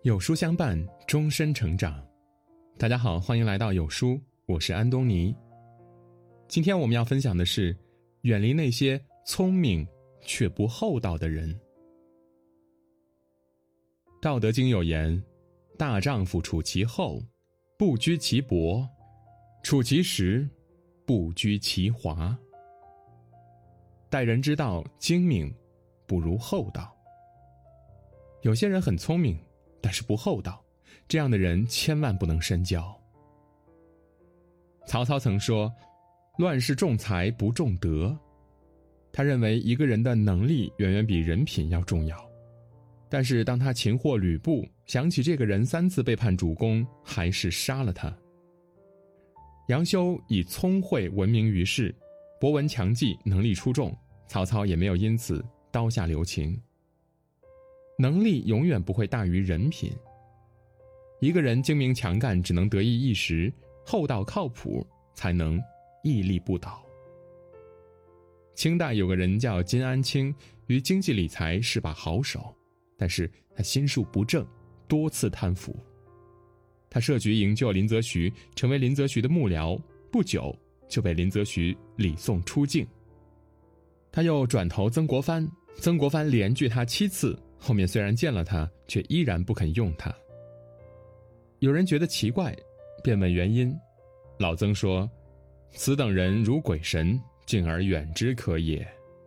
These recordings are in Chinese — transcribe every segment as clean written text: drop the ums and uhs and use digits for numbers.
有书相伴，终身成长。大家好，欢迎来到有书，我是安东尼。今天我们要分享的是，远离那些聪明却不厚道的人。道德经有言，大丈夫处其厚，不居其薄；处其实，不居其华。待人之道，精明不如厚道。有些人很聪明，但是不厚道，这样的人千万不能深交。曹操曾说，乱世重才不重德。他认为一个人的能力远远比人品要重要。但是当他擒获吕布，想起这个人3次背叛主公，还是杀了他。杨修以聪慧闻名于世，博闻强记，能力出众，曹操也没有因此刀下留情。能力永远不会大于人品。一个人精明强干只能得意一时，厚道靠谱才能屹立不倒。清代有个人叫金安清，于经济理财是把好手，但是他心术不正，多次贪腐。他设局营救林则徐，成为林则徐的幕僚，不久就被林则徐礼送出境。他又转投曾国藩，曾国藩连拒他7次，后面虽然见了他，却依然不肯用他。有人觉得奇怪，便问原因。老曾说，此等人如鬼神，敬而远之可也。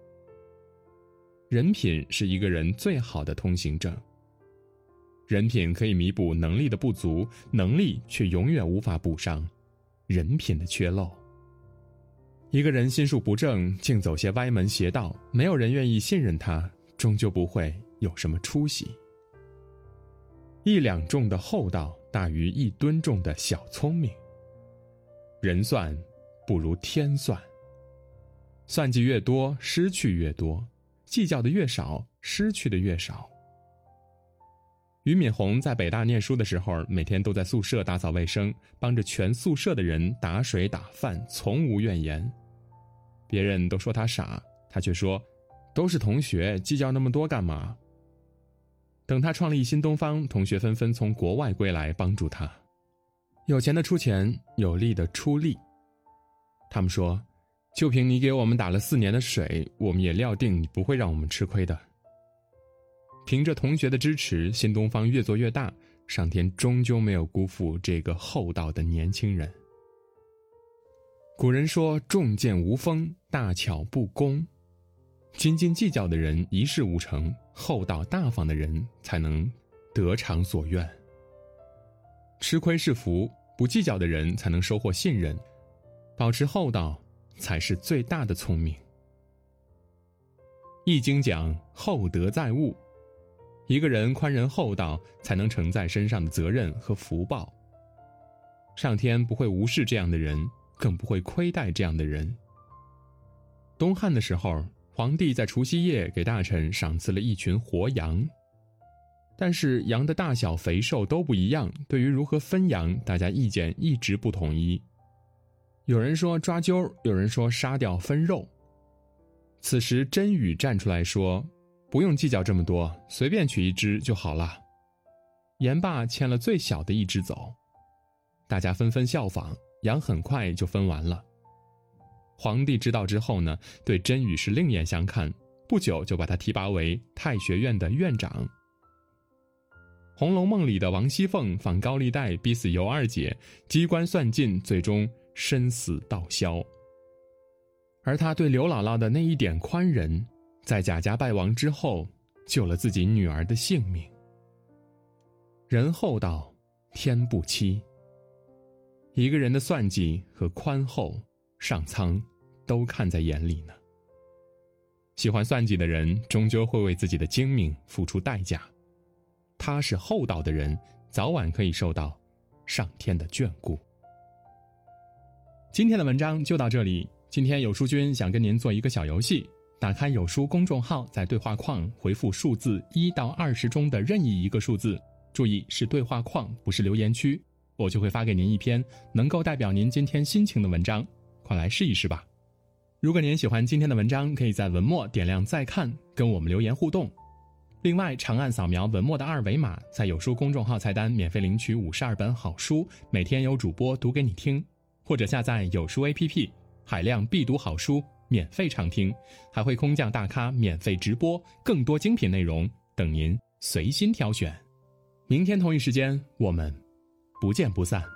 人品是一个人最好的通行证。人品可以弥补能力的不足，能力却永远无法补上人品的缺漏。一个人心术不正，竟走些歪门邪道，没有人愿意信任他，终究不会有什么出息。1两重的厚道大于1吨重的小聪明。人算不如天算，算计越多，失去越多；计较的越少，失去的越少。俞敏洪在北大念书的时候，每天都在宿舍打扫卫生，帮着全宿舍的人打水打饭，从无怨言。别人都说他傻，他却说，都是同学，计较那么多干嘛？等他创立新东方，同学纷纷从国外归来帮助他。有钱的出钱，有力的出力。他们说，就凭你给我们打了4年的水，我们也料定你不会让我们吃亏的。凭着同学的支持，新东方越做越大，上天终究没有辜负这个厚道的年轻人。古人说，重剑无锋，大巧不工。斤斤计较的人一事无成，厚道大方的人才能得偿所愿。吃亏是福，不计较的人才能收获信任，保持厚道才是最大的聪明。易经讲，厚德载物。一个人宽仁厚道，才能承载身上的责任和福报。上天不会无视这样的人，更不会亏待这样的人。东汉的时候，皇帝在除夕夜给大臣赏赐了一群活羊，但是羊的大小肥瘦都不一样，对于如何分羊，大家意见一直不统一。有人说抓阄，有人说杀掉分肉。此时甄宇站出来说，不用计较这么多，随便取一只就好了。言罢牵了最小的一只走，大家纷纷效仿，羊很快就分完了。皇帝知道之后呢，对甄宇是另眼相看，不久就把他提拔为太学院的院长。《红楼梦》里的王熙凤仿高利贷逼死尤二姐，机关算尽，最终身死道消。而他对刘姥姥的那一点宽仁，在贾家败亡之后，救了自己女儿的性命。人厚道，天不欺。一个人的算计和宽厚，上苍都看在眼里呢。喜欢算计的人，终究会为自己的精明付出代价。踏实厚道的人，早晚可以受到上天的眷顾。今天的文章就到这里。今天有书君想跟您做一个小游戏，打开有书公众号，在对话框回复数字1到20中的任意一个数字，注意是对话框，不是留言区，我就会发给您一篇能够代表您今天心情的文章，快来试一试吧。如果您喜欢今天的文章，可以在文末点亮再看，跟我们留言互动。 另外，长按扫描文末的二维码，在有书公众号菜单免费领取52本好书，每天有主播读给你听，或者下载有书 APP， 海量必读好书免费畅听，还会空降大咖免费直播，更多精品内容等您随心挑选。明天同一时间，我们不见不散。